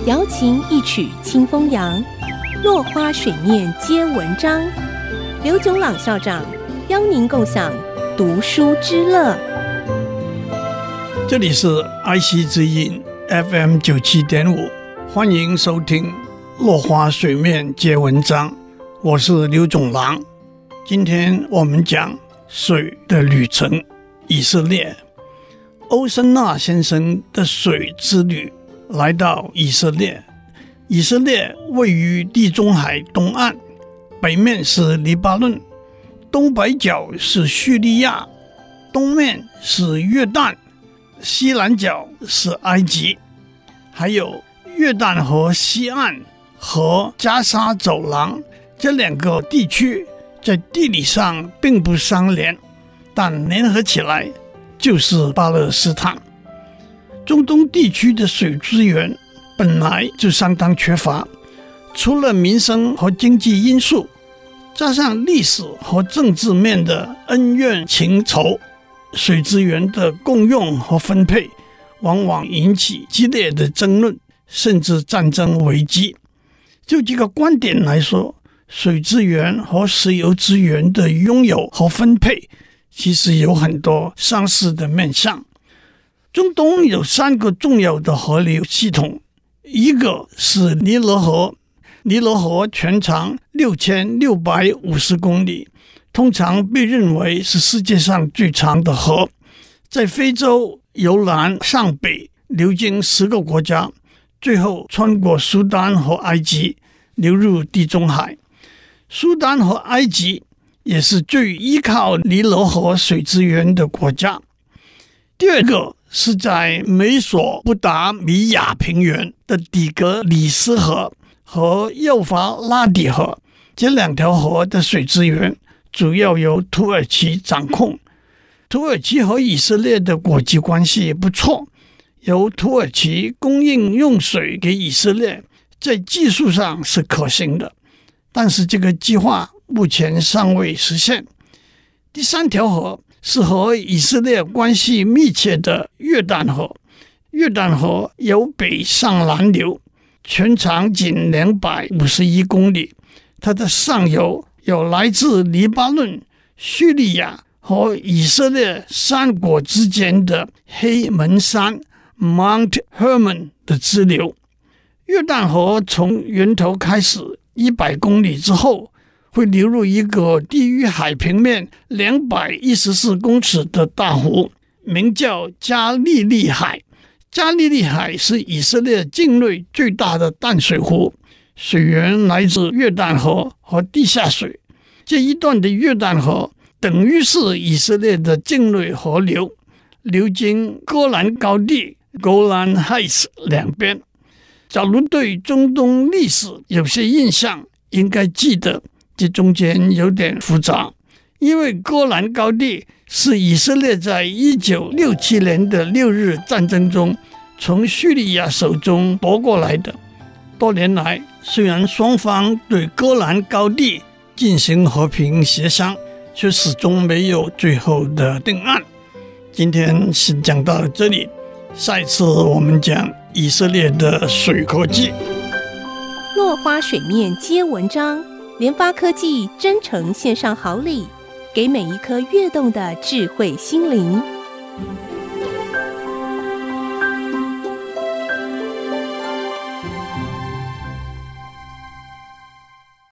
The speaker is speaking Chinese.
瑶琴一曲清风扬，落花水面皆文章。刘炯朗校长邀您共享读书之乐。 这里是 IC 之音 FM 97.5，欢迎收听落花水面皆文章，我是刘炯朗。今天我们讲水的旅程，以色列。欧森纳先生的水之旅来到以色列。以色列位于地中海东岸，北面是黎巴嫩，东北角是叙利亚，东面是约旦，西南角是埃及，还有约旦河西岸和加沙走廊。这两个地区在地理上并不相连，但联合起来就是巴勒斯坦。中东地区的水资源本来就相当缺乏，除了民生和经济因素，加上历史和政治面的恩怨情仇，水资源的共用和分配往往引起激烈的争论，甚至战争危机。就这个观点来说，水资源和石油资源的拥有和分配其实有很多相似的面向。中东有3个重要的河流系统，一个是尼罗河，尼罗河全长6650公里，通常被认为是世界上最长的河，在非洲由南向北流经10个国家，最后穿过苏丹和埃及流入地中海。苏丹和埃及也是最依靠尼罗河水资源的国家。第二个是在美索不达米亚平原的底格里斯河和幼发拉底河，这2条河的水资源主要由土耳其掌控。土耳其和以色列的国际关系不错，由土耳其供应用水给以色列，在技术上是可行的，但是这个计划目前尚未实现。第3条河是和以色列关系密切的约旦河，约旦河由北上南流，全长仅251公里，它的上游有来自黎巴嫩、叙利亚和以色列3国之间的黑门山 Mount Hermon 的支流。约旦河从源头开始100公里之后，会流入一个低于海平面214公尺的大湖，名叫加利利海。加利利海是以色列境内最大的淡水湖，水源来自约旦河和地下水。这一段的约旦河等于是以色列的境内河流，流经戈兰高地 Golan Heights 两边。假如对中东历史有些印象，应该记得这中间有点复杂，因为戈兰高地是以色列在1967年的6日战争中从叙利亚手中夺过来的。多年来，虽然双方对戈兰高地进行和平协商，却始终没有最后的定案。今天先讲到这里，下一次我们讲以色列的水科技。 落花水面皆文章，联发科技真诚献上好礼，给每一颗跃动的智慧心灵。